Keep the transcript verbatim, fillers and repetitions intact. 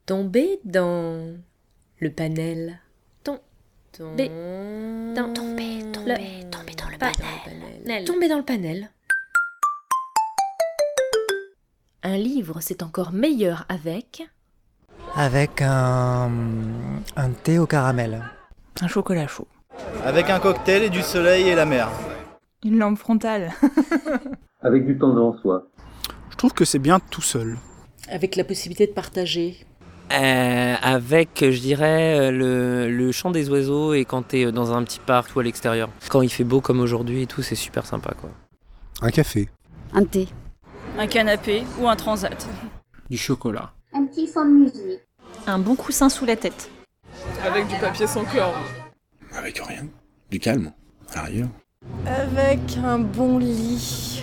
Tomber dans le panel. Tom... Tomber dans... Tomber, tomber, le... tomber dans le Pas panel. panel. Tomber dans le panel. Un livre, c'est encore meilleur avec... Avec un, un thé au caramel. Un chocolat chaud. Avec un cocktail et du soleil et la mer. Une lampe frontale. Avec du temps devant soi. Je trouve que c'est bien tout seul. Avec la possibilité de partager. Euh, avec, je dirais, le, le chant des oiseaux et quand t'es dans un petit parc ou à l'extérieur. Quand il fait beau comme aujourd'hui et tout, c'est super sympa, quoi. Un café. Un thé. Un canapé ou un transat. Du chocolat. Un petit fond de musique. Un bon coussin sous la tête. Avec du papier sans corps. Avec rien. Du calme, à la rigueur. Avec un bon lit.